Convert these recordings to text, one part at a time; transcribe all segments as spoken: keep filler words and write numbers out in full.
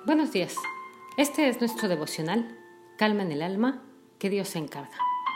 Buenos días. Este es nuestro devocional, Calma en el alma, que Dios se encarga.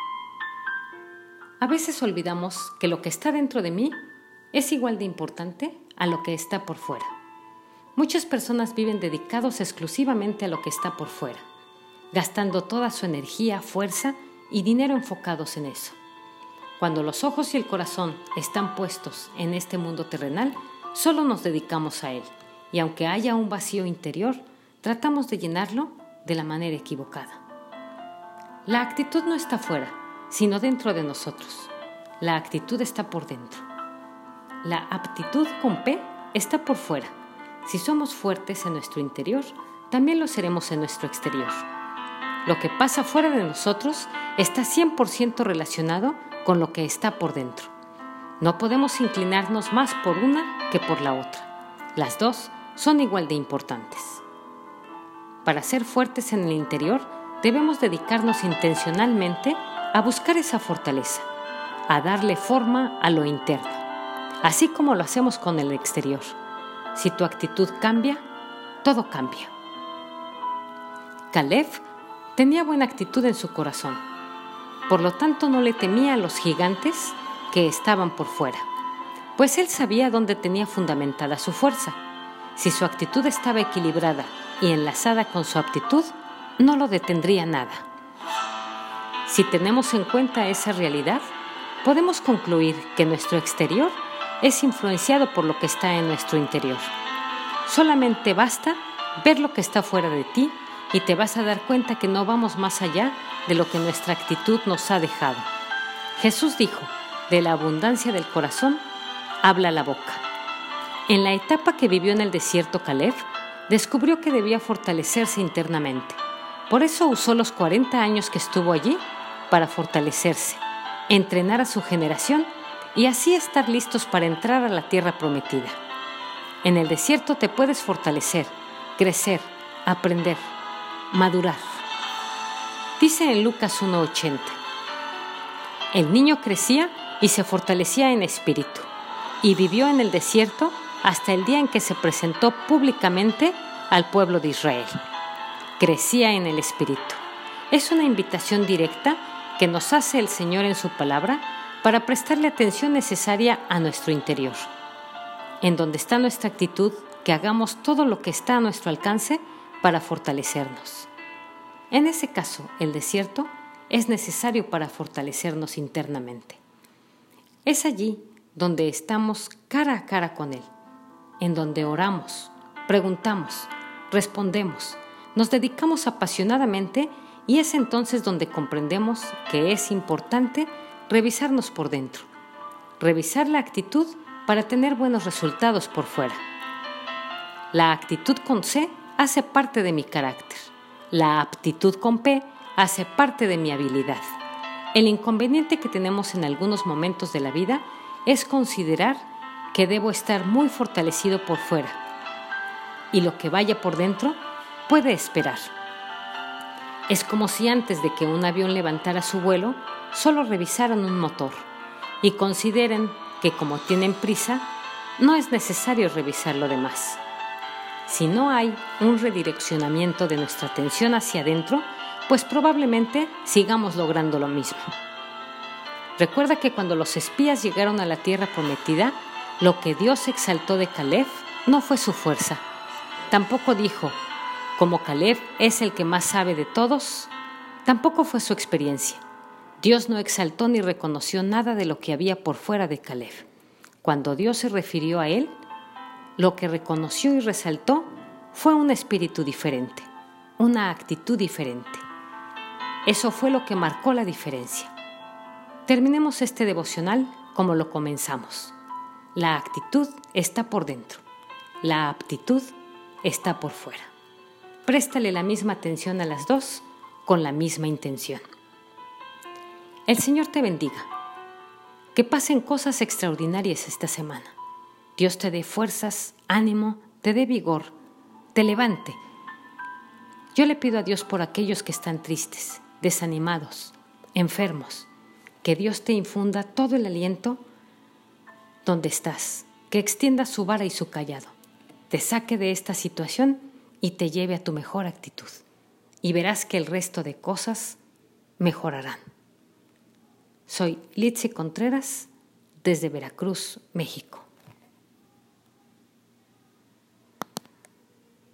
A veces olvidamos que lo que está dentro de mí es igual de importante a lo que está por fuera. Muchas personas viven dedicados exclusivamente a lo que está por fuera, gastando toda su energía, fuerza y dinero enfocados en eso. Cuando los ojos y el corazón están puestos en este mundo terrenal, solo nos dedicamos a él, y aunque haya un vacío interior, tratamos de llenarlo de la manera equivocada. La actitud no está fuera, sino dentro de nosotros. La actitud está por dentro. La aptitud con P está por fuera. Si somos fuertes en nuestro interior, también lo seremos en nuestro exterior. Lo que pasa fuera de nosotros está cien por ciento relacionado con lo que está por dentro. No podemos inclinarnos más por una que por la otra. Las dos son igual de importantes. Para ser fuertes en el interior, debemos dedicarnos intencionalmente a buscar esa fortaleza, a darle forma a lo interno, así como lo hacemos con el exterior. Si tu actitud cambia, todo cambia. Caleb tenía buena actitud en su corazón, por lo tanto no le temía a los gigantes que estaban por fuera, pues él sabía dónde tenía fundamentada su fuerza. Si su actitud estaba equilibrada y enlazada con su aptitud, no lo detendría nada. Si tenemos en cuenta esa realidad, podemos concluir que nuestro exterior es influenciado por lo que está en nuestro interior. Solamente basta ver lo que está fuera de ti y te vas a dar cuenta que no vamos más allá de lo que nuestra actitud nos ha dejado. Jesús dijo, de la abundancia del corazón habla la boca. En la etapa que vivió en el desierto Caleb, descubrió que debía fortalecerse internamente. Por eso usó los cuarenta años que estuvo allí para fortalecerse, entrenar a su generación y así estar listos para entrar a la tierra prometida. En el desierto te puedes fortalecer, crecer, aprender, madurar. Dice en Lucas uno ochenta, el niño crecía y se fortalecía en espíritu, y vivió en el desierto hasta el día en que se presentó públicamente al pueblo de Israel. Crecía en el espíritu. Es una invitación directa que nos hace el Señor en su palabra para prestarle atención necesaria a nuestro interior. En donde está nuestra actitud, que hagamos todo lo que está a nuestro alcance para fortalecernos. En ese caso, el desierto es necesario para fortalecernos internamente. Es allí donde estamos cara a cara con Él, en donde oramos, preguntamos, respondemos, nos dedicamos apasionadamente y es entonces donde comprendemos que es importante revisarnos por dentro, revisar la actitud para tener buenos resultados por fuera. La actitud con C hace parte de mi carácter, la aptitud con P hace parte de mi habilidad. El inconveniente que tenemos en algunos momentos de la vida es considerar que debo estar muy fortalecido por fuera y lo que vaya por dentro puede esperar. Es como si antes de que un avión levantara su vuelo, solo revisaran un motor y consideren que como tienen prisa, no es necesario revisar lo demás. Si no hay un redireccionamiento de nuestra atención hacia adentro, pues probablemente sigamos logrando lo mismo. Recuerda que cuando los espías llegaron a la tierra prometida, lo que Dios exaltó de Caleb no fue su fuerza. Tampoco dijo, como Caleb es el que más sabe de todos, tampoco fue su experiencia. Dios no exaltó ni reconoció nada de lo que había por fuera de Caleb. Cuando Dios se refirió a él, lo que reconoció y resaltó fue un espíritu diferente, una actitud diferente. Eso fue lo que marcó la diferencia. Terminemos este devocional como lo comenzamos. La actitud está por dentro, la aptitud está por fuera. Préstale la misma atención a las dos con la misma intención. El Señor te bendiga. Que pasen cosas extraordinarias esta semana. Dios te dé fuerzas, ánimo, te dé vigor, te levante. Yo le pido a Dios por aquellos que están tristes, desanimados, enfermos, que Dios te infunda todo el aliento donde estás, que extienda su vara y su cayado, te saque de esta situación y te lleve a tu mejor actitud. Y verás que el resto de cosas mejorarán. Soy Litzy Contreras desde Veracruz, México.